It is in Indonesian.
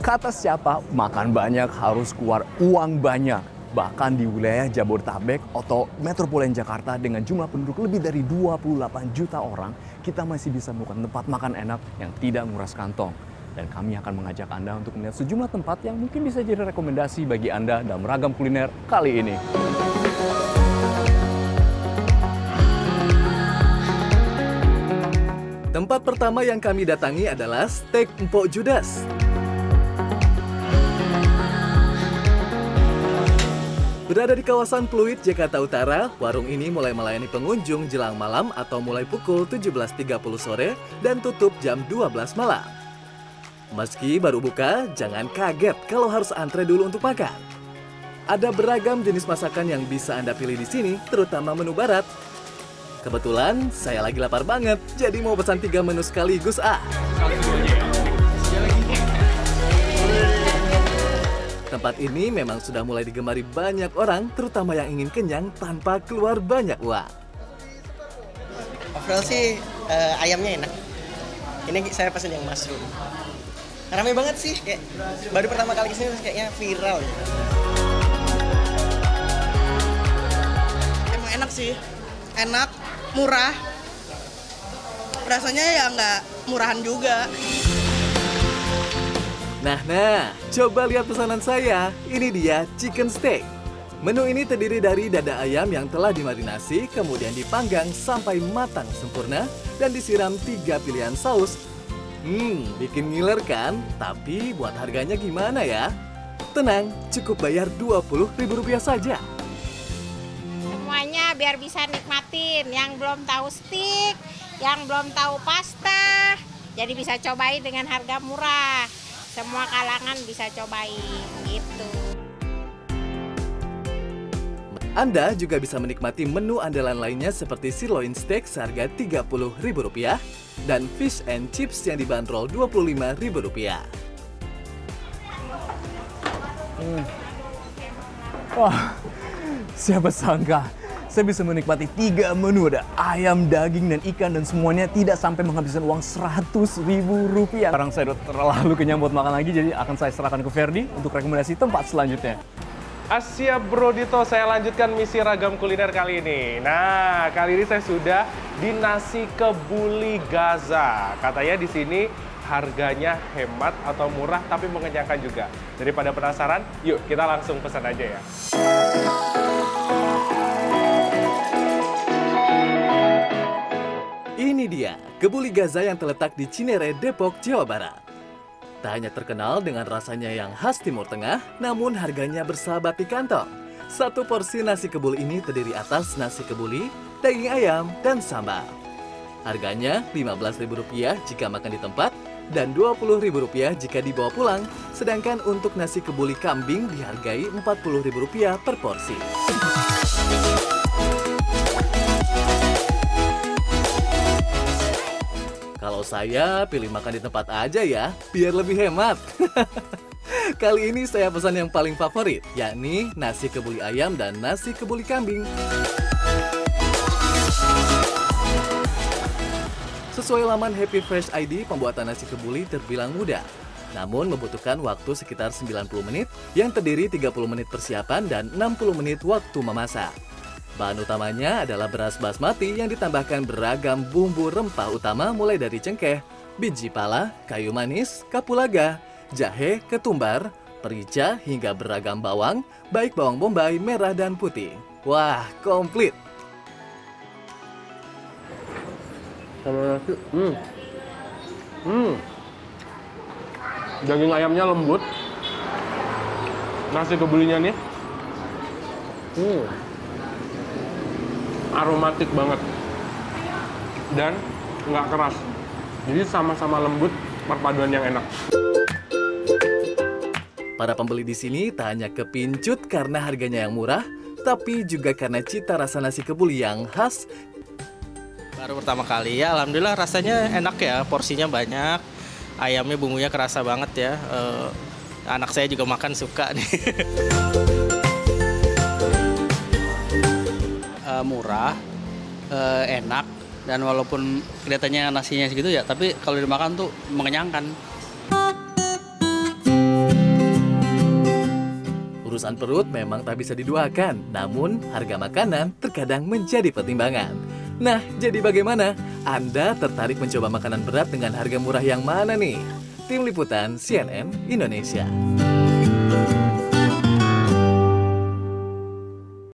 Kata siapa, makan banyak harus keluar uang banyak. Bahkan di wilayah Jabodetabek atau metropolitan Jakarta dengan jumlah penduduk lebih dari 28 juta orang, kita masih bisa menemukan tempat makan enak yang tidak menguras kantong. Dan kami akan mengajak Anda untuk melihat sejumlah tempat yang mungkin bisa jadi rekomendasi bagi Anda dalam ragam kuliner kali ini. Tempat pertama yang kami datangi adalah Steak Mpok Judas. Berada di kawasan Pluit, Jakarta Utara, warung ini mulai melayani pengunjung jelang malam atau mulai pukul 17.30 sore dan tutup jam 12 malam. Meski baru buka, jangan kaget kalau harus antre dulu untuk makan. Ada beragam jenis masakan yang bisa Anda pilih di sini, terutama menu barat. Kebetulan, saya lagi lapar banget, jadi mau pesan 3 menu sekaligus Tempat ini memang sudah mulai digemari banyak orang, terutama yang ingin kenyang tanpa keluar banyak uang. Overall sih ayamnya enak. Ini saya pesen yang mushroom. Ramai banget sih, kayak baru pertama kali kesini kayaknya viral. Emang enak sih, enak, murah. Rasanya ya nggak murahan juga. Nah, coba lihat pesanan saya. Ini dia chicken steak. Menu ini terdiri dari dada ayam yang telah dimarinasi, kemudian dipanggang sampai matang sempurna dan disiram 3 pilihan saus. Bikin ngiler kan? Tapi buat harganya gimana ya? Tenang, cukup bayar Rp20.000 saja. Semuanya biar bisa nikmatin. Yang belum tahu steak, yang belum tahu pasta, jadi bisa cobain dengan harga murah. Semua kalangan bisa cobain gitu. Anda juga bisa menikmati menu andalan lainnya seperti sirloin steak seharga Rp30.000 dan fish and chips yang dibanderol Rp25.000. Wah, siapa sangka saya bisa menikmati 3 menu, ada ayam, daging, dan ikan, dan semuanya tidak sampai menghabiskan uang Rp100.000. Sekarang saya udah terlalu kenyang buat makan lagi, jadi akan saya serahkan ke Ferdi untuk rekomendasi tempat selanjutnya. Siap Bro Dito, saya lanjutkan misi ragam kuliner kali ini. Nah, kali ini saya sudah di Nasi Kebuli Gaza. Katanya di sini harganya hemat atau murah tapi mengenyangkan juga. Daripada penasaran, yuk kita langsung pesan aja ya. Ini dia, Kebuli Gaza yang terletak di Cinere, Depok, Jawa Barat. Tak hanya terkenal dengan rasanya yang khas Timur Tengah, namun harganya bersahabat di kantong. Satu porsi nasi kebuli ini terdiri atas nasi kebuli, daging ayam, dan sambal. Harganya Rp15.000 jika makan di tempat, dan Rp20.000 jika dibawa pulang. Sedangkan untuk nasi kebuli kambing dihargai Rp40.000 per porsi. Kalau saya pilih makan di tempat aja ya, biar lebih hemat. Kali ini saya pesan yang paling favorit, yakni nasi kebuli ayam dan nasi kebuli kambing. Sesuai laman Happy Fresh ID, pembuatan nasi kebuli terbilang mudah. Namun membutuhkan waktu sekitar 90 menit, yang terdiri 30 menit persiapan dan 60 menit waktu memasak. Bahan utamanya adalah beras basmati yang ditambahkan beragam bumbu rempah utama mulai dari cengkeh, biji pala, kayu manis, kapulaga, jahe, ketumbar, merica, hingga beragam bawang, baik bawang bombay, merah, dan putih. Wah, komplit! Sama nasi, daging ayamnya lembut, nasi kebulinya nih, aromatik banget dan nggak keras, jadi sama-sama lembut, perpaduan yang enak. Para pembeli di sini tak hanya kepincut karena harganya yang murah, tapi juga karena cita rasa nasi kebuli yang khas. Baru pertama kali ya, alhamdulillah rasanya enak ya, porsinya banyak, ayamnya bumbunya kerasa banget ya. Anak saya juga makan suka nih. Murah, enak, dan walaupun kelihatannya nasinya segitu ya, tapi kalau dimakan tuh mengenyangkan. Urusan perut memang tak bisa diduakan, namun harga makanan terkadang menjadi pertimbangan. Nah, jadi bagaimana? Anda tertarik mencoba makanan berat dengan harga murah yang mana nih? Tim Liputan CNN Indonesia.